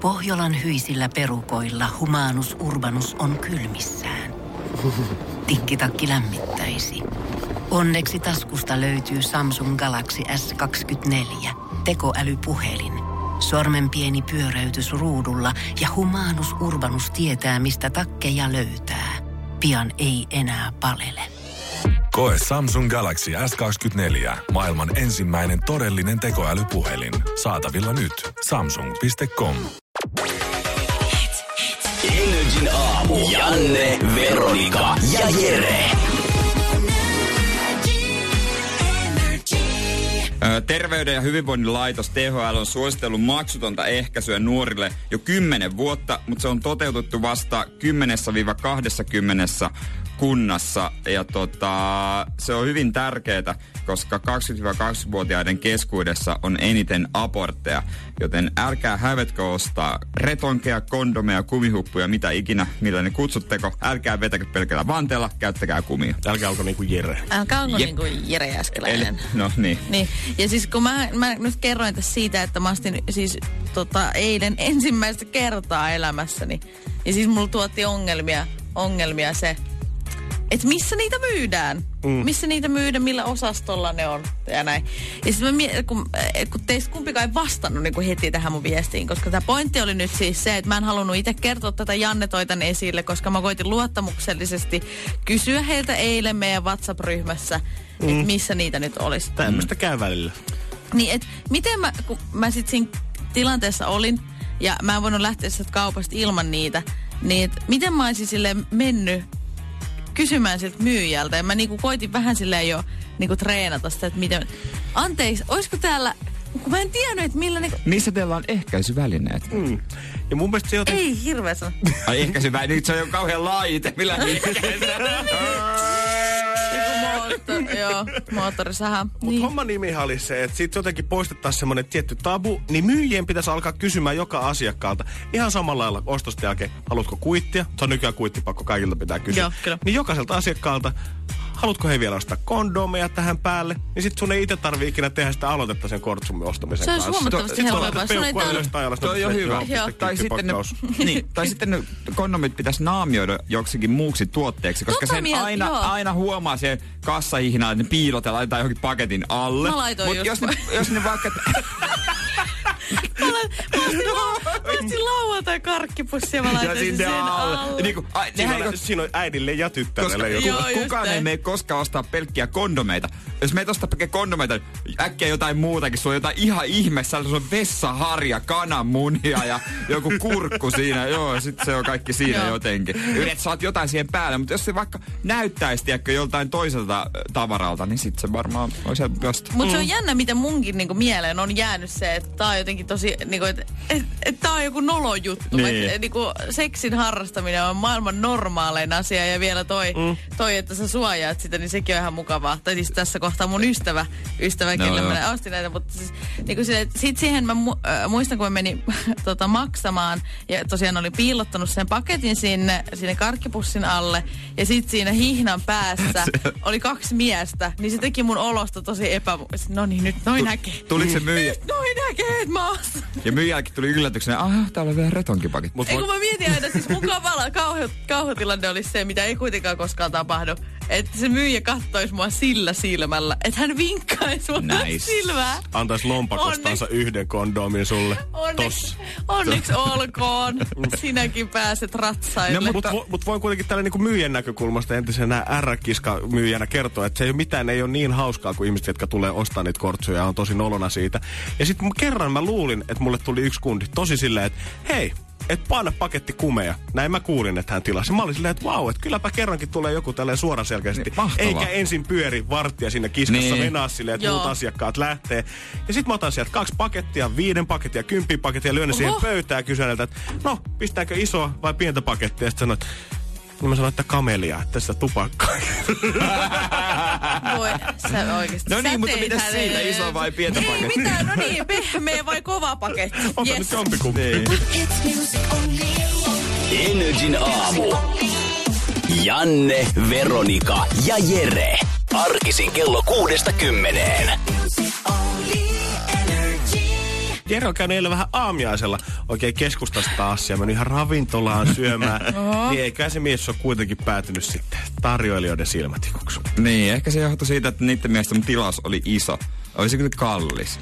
Pohjolan hyisillä perukoilla Humanus Urbanus on kylmissään. Tikkitakki lämmittäisi. Onneksi taskusta löytyy Samsung Galaxy S24. Tekoälypuhelin. Sormen pieni pyöräytys ruudulla ja Humanus Urbanus tietää, mistä takkeja löytää. Pian ei enää palele. Koe Samsung Galaxy S24. Maailman ensimmäinen todellinen tekoälypuhelin. Saatavilla nyt. Samsung.com. Energin aamu. Janne, Veronika ja Jere. Terveyden ja hyvinvoinnin laitos THL on suositellut maksutonta ehkäisyä nuorille jo 10 vuotta, mutta se on toteutettu vasta 10-20 kunnassa. Ja se on hyvin tärkeää, koska 20-20-vuotiaiden keskuudessa on eniten abortteja. Joten älkää hävetkö ostaa retonkeja, kondomeja, kumihuppuja, mitä ikinä, millä ne kutsutteko. Älkää vetäkö pelkällä vanteella, käyttäkää kumia. Älkää olko niinku Jere. Älkää olko niinku Jere Jääskeläinen. No niin. Ja siis kun mä nyt kerroin tässä siitä, että mä astin siis eilen ensimmäistä kertaa elämässäni. Ja siis mulla tuotti ongelmia se, että missä niitä myydään. Missä niitä myydään, millä osastolla ne on ja näin. Ja sitten kun teistä kumpikaan ei vastannut niin kuin heti tähän mun viestiin, koska tämä pointti oli nyt siis se, että mä en halunnut itse kertoa tätä Janne toi tän esille, koska mä koitin luottamuksellisesti kysyä heiltä eilen meidän WhatsApp-ryhmässä, että missä niitä nyt olisi. Tämmöistä käy välillä. Niin, että miten kun mä sit siinä tilanteessa olin ja mä en voinut lähteä sieltä kaupasta ilman niitä, niin miten mä olisin silleen mennyt kysymään siltä myyjältä. Ja mä niinku koitin vähän silleen jo niinku treenata sitä, että miten... Anteeksi, olisiko täällä... Kun mä en tiennyt, että millä niinku... Missä teillä on ehkäisyvälineet? Ja mun mielestä se joten... Ei hirveä sana. Ai ehkäisyvälineet, se on jo kauhean laajite, millä moottorisaha. Mutta niin. homman nimihan oli se, että siitä jotenkin poistettaisiin semmoinen tietty tabu, niin myyjien pitäisi alkaa kysymään joka asiakkaalta. Ihan samalla lailla ostosten jälkeen, haluatko kuittia? Se on nykyään kuittipakko, kaikilta pitää kysyä. Joo, kyllä. Niin jokaiselta asiakkaalta, haluatko he vielä ostaa kondomeja tähän päälle? Niin sit sun ei itse tarvii ikinä tehdä sitä aloitetta sen kortsummin ostamisen kanssa. Se on huomattavasti helpompaa. Toi on hyvä. Tai sitten ne kondomit pitäisi naamioida joksikin muuksi tuotteeksi, koska sen aina huomaa se kassahihnaa, että ne piilotellaan laitetaan johonkin paketin alle. Mä laitoin jos ne vaikka... Mä ostin lauantai karkkipussia, mä laitoin sen alle. Siinä on äidille ja tyttärelle joku. Kukaan ei mene koskaan ostaa pelkkiä kondomeita. Jos meet ostaa pelkkiä kondomeita, äkkiä jotain muutakin, sulla on jotain ihan ihmeessä, sulla on vessaharja, kananmunia ja joku kurkku siinä. Joo, sit se on kaikki siinä jotenkin. Yrität saat jotain siihen päälle, mutta jos se vaikka näyttäisi, tiedätkö, joltain toiselta tavaralta, niin sit se varmaan olisi helpompi ostaa. Mutta se on jännä, miten munkin niinku mieleen on jäänyt se, että tää on jotenkin tosi, niinku, että tää on joku nolojuttu. Niin. Niinku, seksin harrastaminen on maailman normaalein asia ja vielä toi, että sä suojaat sitä, niin sekin on ihan mukavaa. Tai siis tässä kohtaa mun ystävä kelle mä ostin näitä, mutta siis niinku sit siihen mä muistan, kun mä menin maksamaan ja tosiaan olin piilottanut sen paketin sinne karkkipussin alle ja sit siinä hihnan päässä oli 2 miestä, niin se teki mun olosta tosi no niin, nyt noin näkee. Tuliko se myyjä? Nyt noin näkee, että mä ostan. Ja myyjälläkin tuli yllätyksenä, täällä on vielä retonkipaketti. Ei kun mä mietin aina, siis mun kauhutilanne olisi se, mitä ei kuitenkaan koskaan tapahdu. Että se myyjä kattoisi mua sillä silmällä, että hän vinkkaisi mua silmää. Antaisi lompakostansa yhden kondoomin sulle. Onneksi olkoon. Sinäkin pääset ratsaille. No, mutta voin kuitenkin tällä niinku myyjän näkökulmasta entisenä R-kiska-myyjänä kertoa, että se ei ole niin hauskaa kuin ihmiset, jotka tulee ostaa niitä kortsuja ja on tosi nolona siitä. Ja sitten kerran mä luulin, että mulle tuli yksi kundi tosi silleen, että hei, et panna paketti kumeja. Näin mä kuulin, että hän tilasi. Mä olin silleen, että vau, että kylläpä kerrankin tulee joku tälleen suoraselkäisesti. Niin, eikä ensin pyöri varttia siinä kiskassa venaa silleen, että muut asiakkaat lähtee. Ja sit mä otan sieltä 2 pakettia, 5 pakettia, 10 pakettia, lyön ne siihen pöytään ja kysyn häneltä, että no, pistääkö isoa vai pientä pakettia? Ja sit sanoin, niin mä sanoin, että kamelia, että sitä tupakkaa. Voi, sä oikeesti. No niin, mutta mitäs siitä, iso vai pientä pakettia? Ei mitään, no niin, pehmeä vai kova paketti? Ota nyt jompikumpi. Energin aamu. Janne, Veronika ja Jere. Arkisin kello 6-10. Jere on käynyt eilen vähän aamiaisella oikein keskustassa taas ja mennyt ihan ravintolaan syömään. Niin eikä se mies ole kuitenkin päätynyt sitten tarjoilijoiden silmätikuksi. Niin, ehkä se johtui siitä, että niiden mielestä mun tilaus oli iso. Olisi kyllä kallis.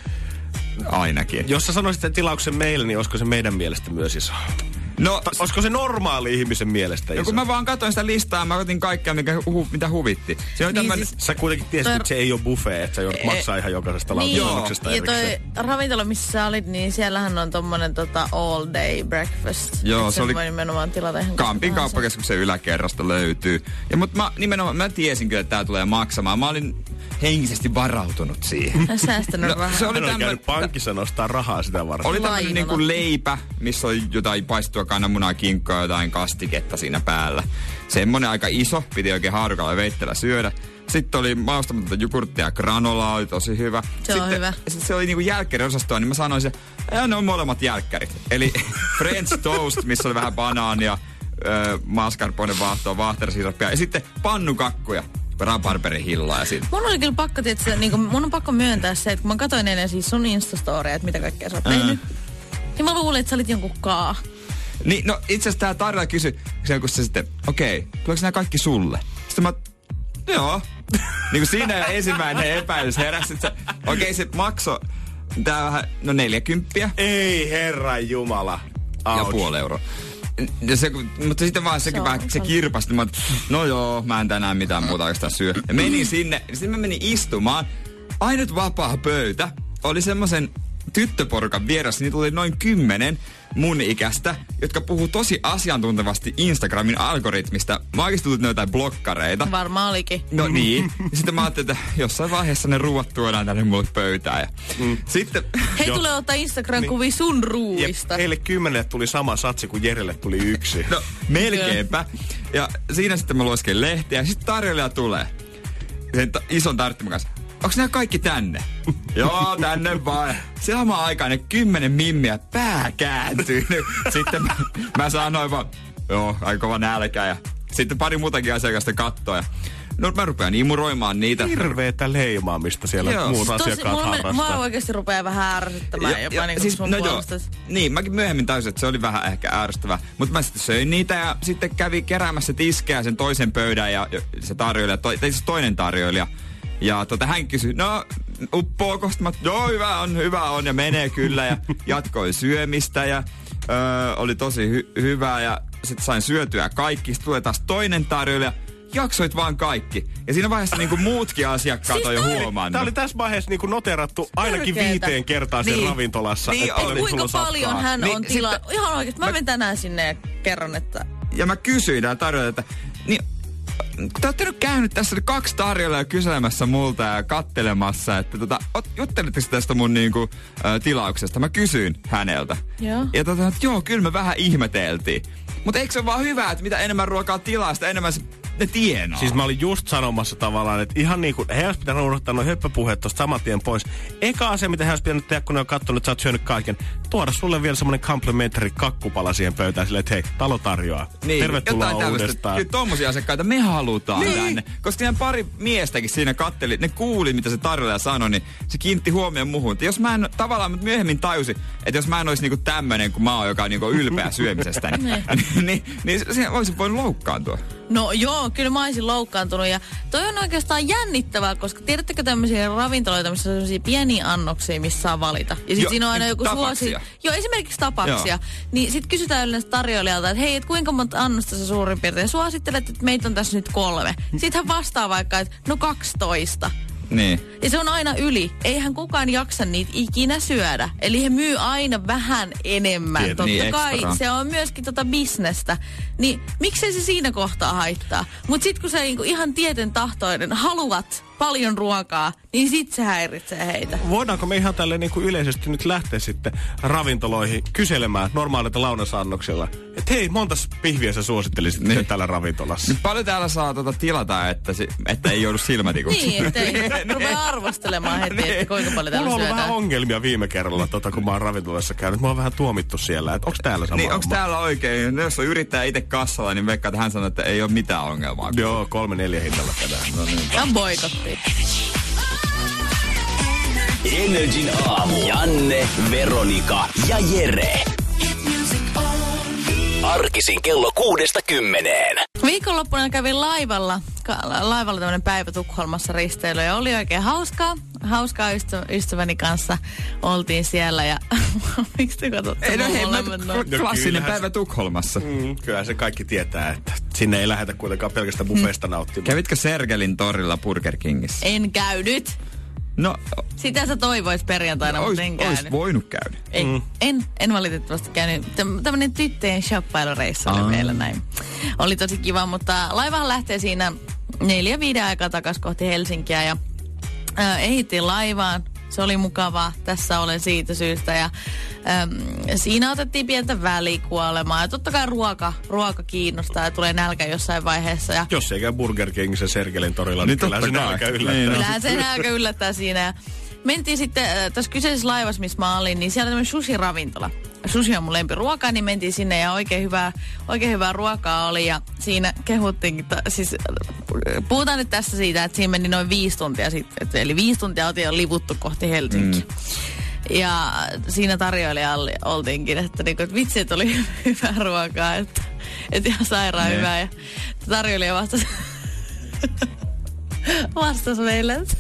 Ainakin. Jos sä sanoisit sen tilauksen meille, niin olisiko se meidän mielestä myös iso? No, olisiko se normaali ihmisen mielestä iso? Kun mä vaan katsoin sitä listaa ja mä otin kaikkea, mitä huvitti. Se on niin siis, sä kuitenkin tiesit, että se ei ole buffet, että sä joudut maksaa ihan jokaisesta lautasanoksesta erikseen. Ja toi ravintola, missä sä olit, niin siellähän on tommonen all day breakfast. Joo, se oli... voi nimenomaan tilata ihan Kampin kauppakeskuksen yläkerrasta löytyy. Ja mutta mä tiesin kyllä, että tää tulee maksamaan. Mä olin henkisesti varautunut siihen. Mä säästänyt vähän. Se oli käynyt pankissa nostaa rahaa sitä varten. Oli tämmönen niinku leipä, missä oli jotain paistua kananmunaa, kinkkoa, jotain kastiketta siinä päällä. Semmonen aika iso, piti oikein haarukalla veitellä syödä. Sitten oli maustamatonta jogurttia ja granolaa, oli tosi hyvä. Se on hyvä. Sitten se oli niinku jälkkäriosastoa, niin mä sanoisin, että ne on molemmat jälkkärit. Eli French toast, missä oli vähän banaania, mascarpone vaahtoa, vaahterasirappia ja sitten pannukakkuja. Rabarberihilloa ja siitä. Mun oli kyllä pakko, tietysti, niin mun on pakko myöntää se, että kun mä katsoin eilen siis sun Instastoria, että mitä kaikkea sä oot tehnyt, niin mä luulin, että sä olit jonkun kaa. Niin, no itse asiassa tää tarjolla kysyi, kun se sitten, okei, tuleeko nämä kaikki sulle? Sitten mä, joo. Niin kuin siinä ensimmäinen epäilys heräsi, että se maksoi tää vähän, 40. Ei herran jumala. Ouch. Ja 0,5 euroa. Ja se, mutta sitten vaan sekin vähän se kirpasti. Mä no joo, mä en tänään mitään muuta oikeastaan syö. Ja menin sinne, sitten mä menin istumaan. Ainut vapaa pöytä oli semmoisen tyttöporukan vieressä. Niitä oli noin 10 mun ikäistä, jotka puhuu tosi asiantuntevasti Instagramin algoritmista. Mä oikeasti tullut jotain blokkareita. Varmaan olikin. No niin. Ja sitten mä ajattelin, että jossain vaiheessa ne ruuat tuodaan tänne mulle pöytään. Ja sitten... Hei, tulee ottaa Instagram-kuvia sun ruuista. Ja heille 10 tuli sama satsi, kuin Jerelle tuli 1. No, melkeinpä. Ja siinä sitten mä lueskelin lehtiä ja sitten tarjoilija tulee. Sen ison tarttimen kanssa. Onks nämä kaikki tänne? Joo, tänne vaan. Samaan aikaan ne 10 mimmiä pää kääntyy. Sitten mä sanoin vaan, joo, aika kova nälkä. Ja sitten pari muutakin asiakasta kattoo. Ja no mä rupean imuroimaan niitä. Hirveetä leimaamista siellä muut asiakkaat harrastaa. Mä oikeasti rupeaa vähän ärsyttämään jopa niin kuin siis, sun puolesta. Niin, mäkin myöhemmin tajusin, että se oli vähän ehkä ärsyttävää. Mutta mä sitten söin niitä ja sitten kävi keräämässä tiskejä sen toisen pöydän ja se tarjoilija, toinen tarjoilija. Ja hän kysyi, no uppoako? Joo, hyvä on ja menee kyllä. Ja jatkoi syömistä ja oli tosi hyvää ja sitten sain syötyä kaikki. Sitten tulee taas toinen tarjoilija. Jaksoit vaan kaikki. Ja siinä vaiheessa niinku muutkin asiakkaat siis on jo huomannut. Tää oli tässä vaiheessa niinku noterattu ainakin 5 kertaa sen ravintolassa. Niin, että kuinka paljon hän on tilaa. Ihan oikeesti, mä menen tänään sinne ja kerron, että... Ja mä kysyin tää tarjoilijalta, että te ootte nyt käynyt tässä 2 tarjoilijaa kyselemässä multa ja kattelemassa, että juttelitteko tästä mun niinku, tilauksesta? Mä kysyin häneltä. Joo. Ja että joo, kyllä me vähän ihmeteltiin. Mutta eikö se ole vaan hyvä, että mitä enemmän ruokaa tilaa, sitä enemmän ne tienaa? Siis mä olin just sanomassa tavallaan, että ihan niinku, he olisi pitänyt unohtaa nuo höppöpuheet tosta saman tien pois. Eka asia, mitä he olisi pitänyt tehdä, kun ne on kattonut, että sä oot syönyt kaiken, tuoda sulle vielä semmonen complimentary kakkupala siihen pöytään silleen, että hei, talo tarjoaa. Niin, tervetuloa uudestaan. Kyllä tommosia asiakkaita me halutaan tänne. Koska siinä pari miestäkin siinä katteli, ne kuuli, mitä se tarjoilija sanoi, niin se kiinnitti huomioon muhun. Että jos mä en tavallaan myöhemmin tajusi, että jos mä en olisi niinku tämmönen, kun mä oon, joka on niinku ylpeä syömisestä, niin se olisi voinut loukkaantua. No joo, kyllä mä olisin loukkaantunut ja toi on oikeastaan jännittävää, koska tiedättekö tämmöisiä ravintoloita, missä on sellaisia pieniä annoksia, missä saa valita. Ja sit siinä on aina joku suosi. Joo, esimerkiksi tapaksia. Niin sit kysytään yleensä tarjoilijalta, että hei, et kuinka monta annosta sä suurin piirtein suosittelet, että meitä on tässä nyt 3. Sitten hän vastaa vaikka, että no 12. Niin. Ja se on aina yli. Eihän kukaan jaksa niitä ikinä syödä. Eli he myy aina vähän enemmän. Totta niin, kai extra. se on myöskin bisnestä. Niin miksei se siinä kohtaa haittaa? Mut sit kun sä niinku ihan tieten tahtoinen haluat paljon ruokaa, niin sit se häiritsee heitä. Voidaanko me ihan tälleen niinku yleisesti nyt lähteä sitten ravintoloihin kyselemään normaalilta lounasannoksella? Että hei, montas pihviä sä suosittelisit niin tällä ravintolassa? Nyt paljon täällä saa tilata, että ei joudu silmätikuksi. Niin, ettei rupea arvostelemaan heti, että kuinka paljon täällä mulla on syötään. vähän ongelmia viime kerralla, kun mä oon ravintolassa käynyt. Mä oon vähän tuomittu siellä, että onks täällä sama niin, onks täällä oikein? Jos on yrittäjä itse kassalla, niin veikkaa, että hän sanoo, että ei ole mitään ongelmaa. Joo, 3-4 hinnalla käydään. No niin. Tämä on boikotti. Energin aamu. Janne, Veronika ja Jere. Arkisin kello 6-10. Viikonloppuna kävin laivalla tämmöinen päivä Tukholmassa risteily ja oli oikein hauskaa ystäväni kanssa. Oltiin siellä ja miksi te katsotte? Klassinen päivä Tukholmassa. Kyllä se kaikki tietää, että sinne ei lähdetä kuitenkaan pelkästään buffeista nauttimaan. Kävitkö Sergelin torilla Burger Kingissä? En käynyt. No, sitä sä toivois perjantaina, mutta en käynyt. Ois voinut käydä. Ei, en valitettavasti käynyt. Tämmönen tyttöjen shoppailureissu oli meillä näin. Oli tosi kiva, mutta laivahan lähtee siinä 4-5 aikaa takas kohti Helsinkiä ja ehdittiin laivaan. Se oli mukavaa. Tässä olen siitä syystä. Ja siinä otettiin pientä välikuolemaa. Ja totta kai ruoka kiinnostaa ja tulee nälkä jossain vaiheessa. Ja jos ei käy Burger Kingissä Sergelin torilla, niin kyllä se nälkä yllättää. Kyllähän se nälkä yllättää siinä. Ja mentiin sitten tässä kyseisessä laivassa, missä mä olin, niin siellä oli tämmöinen sushi-ravintola. Sushi on mun lempiruokaa, niin mentiin sinne ja oikein hyvää ruokaa oli. Ja siinä kehuttiin, siis puhutaan nyt tässä siitä, että siinä meni noin 5 tuntia sitten. Eli 5 tuntia oltiin jo livuttu kohti Helsinkiä. Ja siinä tarjoilijalla oltiinkin, että vitsi, että oli hyvää ruokaa, että ihan sairaan hyvää. Ja tarjoilija vastasi meille, että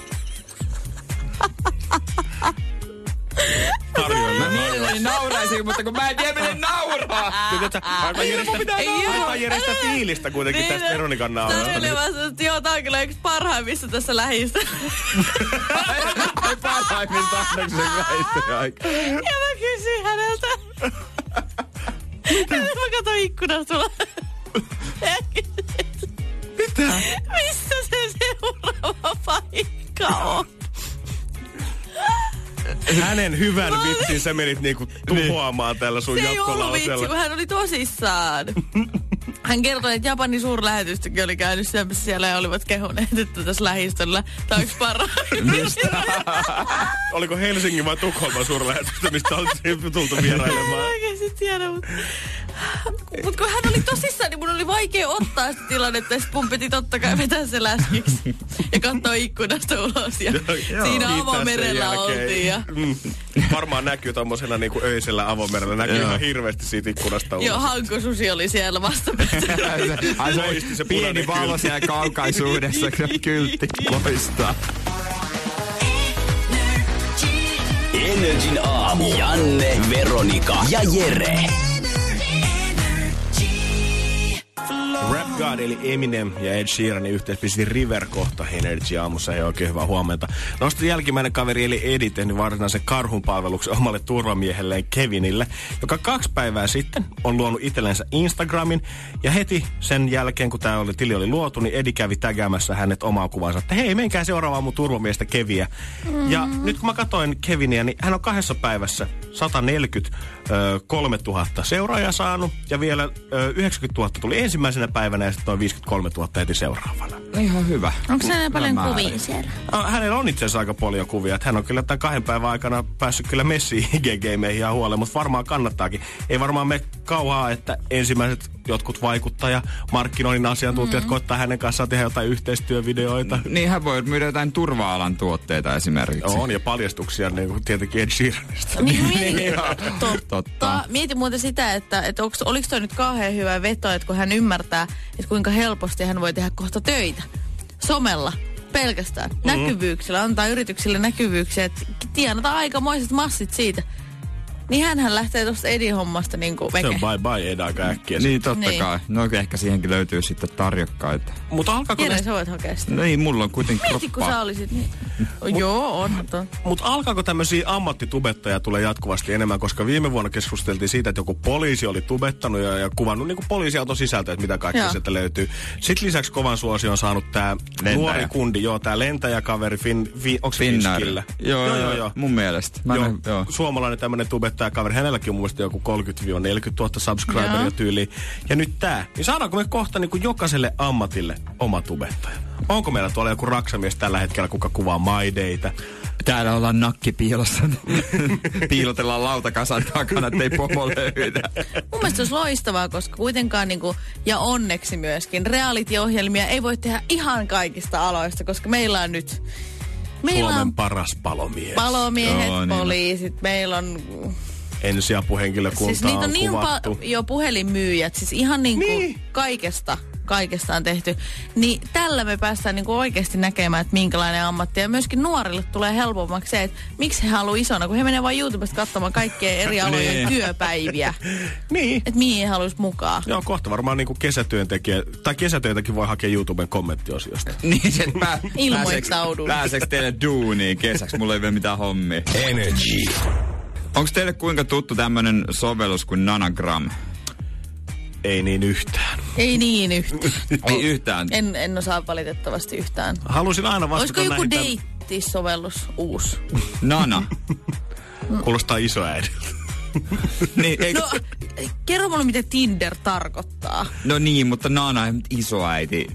tarjoilla. Niin nauraisin, mutta kun mä en tiedä, miten nauraa. Haetaan Jerestä fiilistä kuitenkin niin, tästä Veronikan naurasta. Tarjoilija vastasi, että joo, tää on kyllä yksi parhaimmista tässä lähistä. Ei parhaimmista anneksen lähistä aika. Ja mä kysyin häneltä. Mä katsoin ikkunasta sulla. Mitä? Missä se seuraava paikka on? Hänen hyvän vitsin sä menit niinku tuhoamaan tällä sun jatkolauseella. Se ei ollut vitsi, kun hän oli tosissaan. Hän kertoi, että Japanin suurlähetystäkin oli käynyt syömässä siellä ja olivat kehuneet, että tässä lähistöllä tämä on yksi parhaimmista. Oliko Helsingin vai Tukholman suurlähetystä, mistä oltiin tultu vierailemaan? En oikeasti tiedä, mutta kun hän oli tosissaan, niin mun oli vaikea ottaa sitä tilannetta ja mun piti totta kai vetää se läskiksi ja katsoa ikkunasta ulos ja siinä avomerellä oltiin. Ja varmaan näkyy tommosena niinku öisellä avomerellä, näkyy ihan hirveästi siitä ikkunasta ulos. Joo, hankosusi oli siellä vastapäätä. Se pieni valo siellä kaukaisuudessa, kyltti loistaa. Energin aamu. Janne, Veronika ja Jere. Rap God eli Eminem ja Ed Sheeranin yhteispiisi River-kohta Energy aamussa. Hei, oikein hyvää huomenta. No sitten jälkimmäinen kaveri eli Edi tehnyt varsinaisen karhunpalveluksen omalle turvamiehelleen Kevinille, joka 2 päivää sitten on luonut itsellensä Instagramin. Ja heti sen jälkeen, kun tämä tili oli luotu, niin Edi kävi tägäämässä hänet omaa kuvansa, että hei, menkää seuraavaan mun turvamiestä Keviä. Ja nyt kun mä katsoin Kevinia, niin hän on 2 päivässä 143 000 seuraajaa saanut ja vielä 90 000 tuli ensimmäisenä päivänä ja sitten noin 53 000 heti seuraavana. Ihan hyvä. Onko hänellä paljon kuvia siellä? Hänellä on itse asiassa aika paljon kuvia. Että hän on kyllä tämän 2 päivän aikana päässyt kyllä messiin IG-gameihin ja huoleen, mutta varmaan kannattaakin. Ei varmaan me kauhaa, että ensimmäiset jotkut vaikuttaja, markkinoinnin asiantuntijat koittaa hänen kanssaan tehdä jotain yhteistyövideoita. Niin hän voi myydä jotain turva-alan tuotteita esimerkiksi. On ja paljastuksia niin kuin tietenkin Ed Sheeranista. Totta. Mietin muuten sitä, että oliko toi nyt kauhean hyvä veto, että kun hän ymmärtää, että kuinka helposti hän voi tehdä kohta töitä somella pelkästään näkyvyyksillä, antaa yrityksille näkyvyyksiä, että tienataan aikamoiset massit siitä. Niin hänhän lähtee tuosta Edin hommasta niinku veke. Se on bye Ed aika äkkiä. Niin totta kai. No ehkä siihenkin löytyy sitten tarjokkaita. Mutta alkaako Jere, sä voit hakea sitä. No ei, mulla on kuitenkin kroppaa. Mieti, kun sä olisit niin. Joo, onhan tuon. Mutta alkaako tämmöisiä ammattitubettajia tulee jatkuvasti enemmän, koska viime vuonna keskusteltiin siitä, että joku poliisi oli tubettanut ja kuvannut niinku poliisiauton sisältöä, että mitä kaikkea sieltä löytyy. Sitten lisäksi kovan suosion on saanut tää nuori kundi, tää lentäjäkaveri, onko se Finskillä? Joo, mun mielestä. Suomalainen tämmönen tubettajakaveri, hänelläkin on mun mielestä joku 30-40 000 subscriberia tyyliin. Ja nyt tää. Niin saadaanko me kohta niinku jokaiselle ammatille oma tubettaja? Onko meillä tuolla joku raksamies tällä hetkellä, kuka kuvaa maideita? Täällä ollaan nakkipiilossa. Piilotellaan lautakasan takana, ettei pomo löydy. Mun mielestä se olisi loistavaa, koska kuitenkaan niinku, ja onneksi myöskin reality-ohjelmia ei voi tehdä ihan kaikista aloista, koska meillä on nyt Suomen paras palomies. Palomiehet, Joo, niin. poliisit, meillä on... Ensiapuhenkilökuntaa Siis niitä on niin kuvattu. jo puhelinmyyjät, siis ihan niin. Kaikesta on tehty. Niin tällä me päästään niin kuin oikeasti näkemään, että minkälainen ammatti. Ja myöskin nuorille tulee helpommaksi se, että miksi he haluaa isona, kun he menee vain YouTubesta katsomaan kaikkien eri alojen työpäiviä. Niin. Että mihin he haluaisi mukaan. Joo, kohta varmaan niin kuin kesätyöntekijä, tai kesätyötäkin voi hakea YouTuben kommenttiosiosta. Niin, se, että Ilmoittaudun. pääseekö teille duuniin kesäksi? Mulla ei vielä mitään hommia. Energy. Onko teille kuinka tuttu tämmönen sovellus kuin Nanagram? Ei niin yhtään. Ei niin yhtään. Ei yhtään. En osaa valitettavasti yhtään. Halusin aina vastata Olisiko joku näihin deittisovellus uusi? Nana. Kuulostaa isoäidiltä. Niin, eikö... No, kerro mulle, mitä Tinder tarkoittaa. No niin, mutta Nana on isoäiti.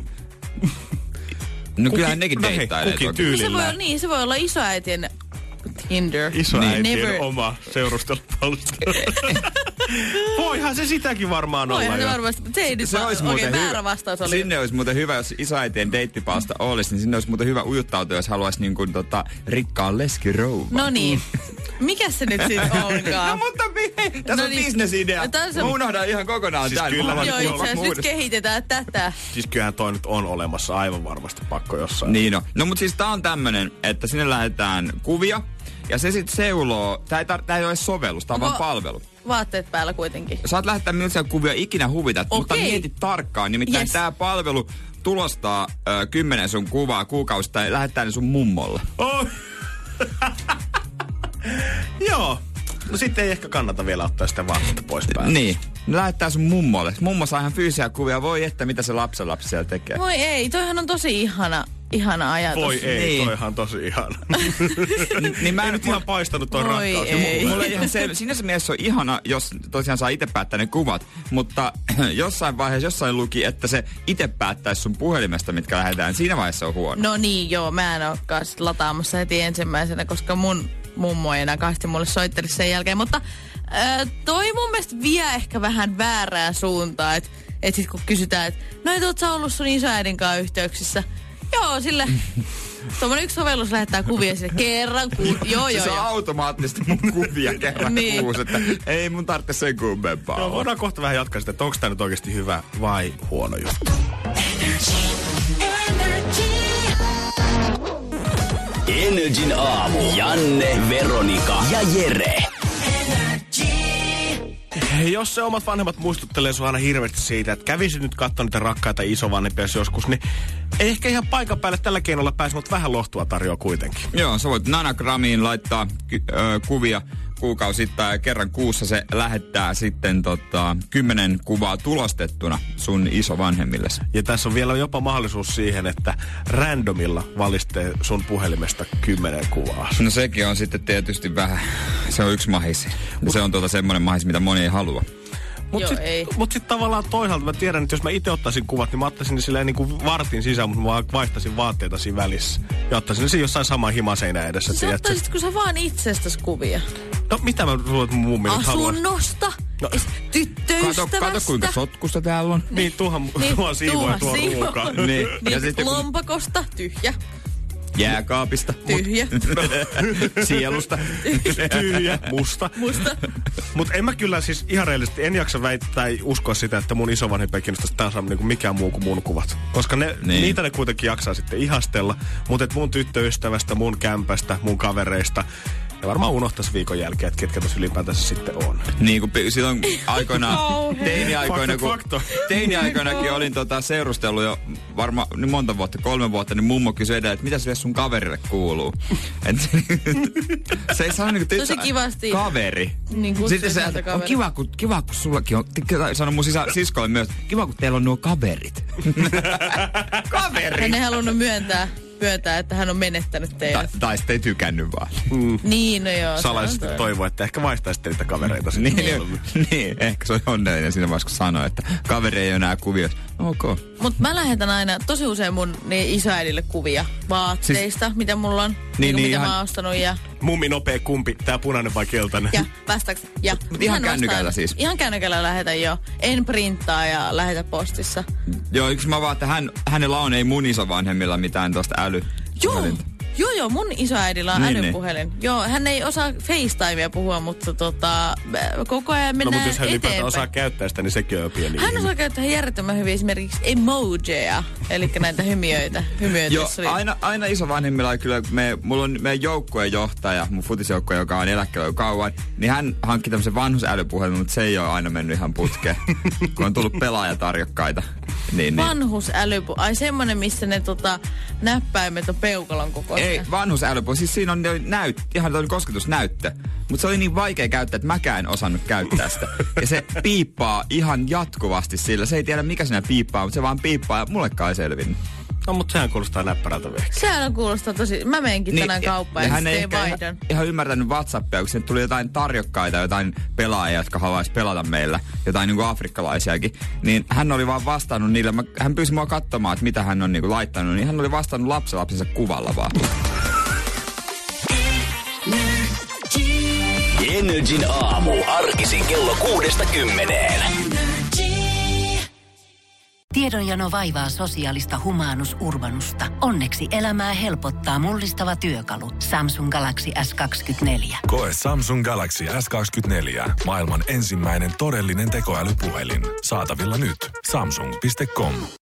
No kyllähän nekin deittailee. Kukin toki. tyylillä. Se voi olla isoäitien Tinder. Isoäitien Never. oma seurustelupalsta. Voihan se sitäkin varmaan olla. Voihan se jo. varmasti, mutta se ei nyt Se olisi muuten väärä hyvä. vastaus oli. Sinne olisi muuten hyvä, jos isoäitien deittipalsta olisi, niin sinne olisi muuten hyvä ujuttautua, jos haluaisi niin kuin, rikkaan leskirouvan. No niin. Mikä se nyt siis onkaan? No mutta tässä on niin. business-idea. No, tässä Mä on- unohdan ihan kokonaan Siis tämän. kyllä Mä Joo, haluan itse kuulla asiassa nyt uudestaan. kehitetään tätä. Siis kyllähän toi nyt on olemassa aivan varmasti pakko jossain. Niin on. No mut siis tää on tämmönen, että sinne lähetään kuvia. Ja se sit seuloo, tää ei ole sovellus, tää on vaan palvelu. Vaatteet päällä kuitenkin. Saat lähettää millaisia kuvia ikinä huvitat, mutta Okei. mieti tarkkaan. Nimittäin Yes. tää palvelu tulostaa 10 sun kuvaa kuukausista ja lähettää ne sun mummolle. Oh. Joo. No sitten ei ehkä kannata vielä ottaa sitä vaatetta pois päältä. Niin. Ne lähettää sun mummolle. Mummo saa ihan fyysisiä kuvia. Voi että mitä se lapsenlapsi siellä tekee. Voi ei, toihan on tosi ihana ajatus. Voi ei, Niin. toihan tosi ihana. Niin mä Ei en nyt ihan paistanut toi Voi rakkaus. ei. Mulle ihan siinä se mielessä on ihana, jos tosiaan saa itse päättää ne kuvat, mutta jossain vaiheessa jossain luki, että se itse päättäisi sun puhelimesta, mitkä lähetään. Siinä vaiheessa on huono. No niin, joo, mä en olekaan sit lataamassa heti ensimmäisenä, koska mun mummo ei enää kahdesti mulle soitteli sen jälkeen. Mutta toi mun mielestä vie ehkä vähän väärään suuntaan, että sit kun kysytään, että no et oot sä ollut sun isoäidin kanssa yhteyksissä? Joo, sille tuommoinen yksi sovellus lähettää kuvia sille kerran joo. Se on automaattisesti mun kuvia kerran Niin. kuusi, että ei mun tarvitse sen kummempaa. No, voidaan kohta vähän jatkaa sitä, että onko tämä nyt oikeasti hyvä vai huono juttu. Energin aamu. Janne, Veronika ja Jere. Jos se omat vanhemmat muistuttelee sua aina hirveästi siitä, että kävisit nyt katsoa niitä rakkaita isovanhempia joskus, niin ei ehkä ihan paikan päälle tällä keinolla pääse, mutta vähän lohtua tarjoaa kuitenkin. Joo, sä voit Nanagramiin laittaa kuvia kuukausittain ja kerran kuussa se lähettää sitten 10 kuvaa tulostettuna sun isovanhemmillesi. Ja tässä on vielä jopa mahdollisuus siihen, että randomilla valistee sun puhelimesta 10 kuvaa. No sekin on sitten tietysti vähän, se on yksi mahis. Se on semmoinen mahis, mitä moni ei halua. Mutta ei. sitten tavallaan toisaalta mä tiedän, että jos mä itse ottaisin kuvat, niin mä ottaisin ne silleen niin kuin vartin sisään, mutta mä vaihtaisin vaatteita siinä välissä. Ja ottaisin ne siinä jossain saman himaseinän edessä. Sä ottaisitko sä vaan itsestäsi kuvia? No mitä mä luulen, että mun mummi nyt haluaa? Asunnosta? No. Tyttöystävästä? Kato kuinka sotkusta täällä on. Niin, tuohan siivoa tuo ruokaa. Niin. Ja Niin, sitten kun lompakosta? Tyhjä. jääkaapista. Tyhjä. Sielusta. Tyhjä, musta. Mutta en mä kyllä siis ihan reellisesti, en jaksa väittää uskoa sitä, että mun isovanhempia kiinnostaisi taas niin kuin mikään muu kuin mun kuvat. Koska niitä ne kuitenkin jaksaa sitten ihastella. Mutta mun tyttöystävästä, mun kämpästä, mun kavereista. Ja varmaan unohtaisi viikon jälkeen, että ketkä tuossa ylipäätänsä sitten on. Niin kuin silloin aikoinaan, Fakto. teiniaikoinakin olin seurustellut jo varmaan monta vuotta, 3 vuotta, niin mummo kysyi edelleen, että mitä sille sun kaverille kuuluu. Se ei saa niinku Tosi kivasti. kaveri. Niin sitten se kaveri. on kiva kun sullakin on, sano mun siskolle myös, kiva kun teillä on nuo kaverit. Kaveri! Hän ei halunnut myöntää, että hän on menettänyt teidät. Tai sitten ei tykännyt vaan. Niin, no joo. Salaisesti toivoo, että ehkä vaihtaisitte niitä kavereita. Niin, ehkä se on onnellinen siinä vaiheessa, kun sanoo, että kaveri ei ole enää kuvioissa. Ok. Mut mä lähetän aina tosi usein mun isoäidille kuvia vaatteista, Siis, mitä mulla on. Niin, mitä ihan, mä oon ostanut ja Mummi nopea kumpi, tää punainen vai keltainen? ja vastaaksi. Ja Mut ihan hän kännykällä vastaa- siis? Ihan kännykällä lähetän jo. En printtaa ja lähetä postissa. Joo, yksi mä vaan, että hänellä on, ei mun isovanhemmilla mitään tosta Joo, Joo, mun isoäidillä on Niin, älypuhelin. Joo, hän ei osaa FaceTimea puhua, mutta koko ajan mennään mutta jos hän ylipäätään eteenpäin. osaa käyttää sitä, niin sekin on jo pieni Hän ihme. osaa käyttää järjettömän hyvin esimerkiksi emojeja, eli näitä hymiöitä. Joo, aina isovanhemmilla on kyllä, mulla on meidän joukkueen johtaja, mun futisjoukkue, joka on eläkkeellä jo kauan, niin hän hankki tämmöisen vanhusälypuhelin, mutta se ei ole aina mennyt ihan putkeen, kun on tullut pelaajatarjokkaita. Niin. Vanhusälypuhelin. Ai semmonen, missä ne näppäimet on peukalon kokoisia. Ei, vanhusälypuhelin. Siis siinä on ihan toinen kosketusnäyttö. Mutta se oli niin vaikea käyttää, että mäkään en osannut käyttää sitä. Ja se piippaa ihan jatkuvasti sillä. Se ei tiedä, mikä siinä piippaa, mutta se vaan piippaa ja mullekaan ei selvinnyt. No, mutta sehän kuulostaa näppärältä vehkeä. Sehän kuulostaa tosi... Mä menenkin tänään kauppaan ja sitten ei vaihdan. Ihan ymmärtänyt WhatsAppia, kun sinne tuli jotain tarjokkaita, jotain pelaajia, jotka haluaisi pelata meillä, jotain niinku afrikkalaisiakin. Niin hän oli vaan vastannut niille. Hän pyysi mua katsomaan, että mitä hän on niinku laittanut, niin hän oli vastannut lapsensa kuvalla vaan. Energin aamu. Arkisin kello 6-10. Tiedonjano vaivaa sosiaalista humanus urbanusta. Onneksi elämää helpottaa mullistava työkalu. Samsung Galaxy S24. Koe Samsung Galaxy S24. Maailman ensimmäinen todellinen tekoälypuhelin. Saatavilla nyt. Samsung.com.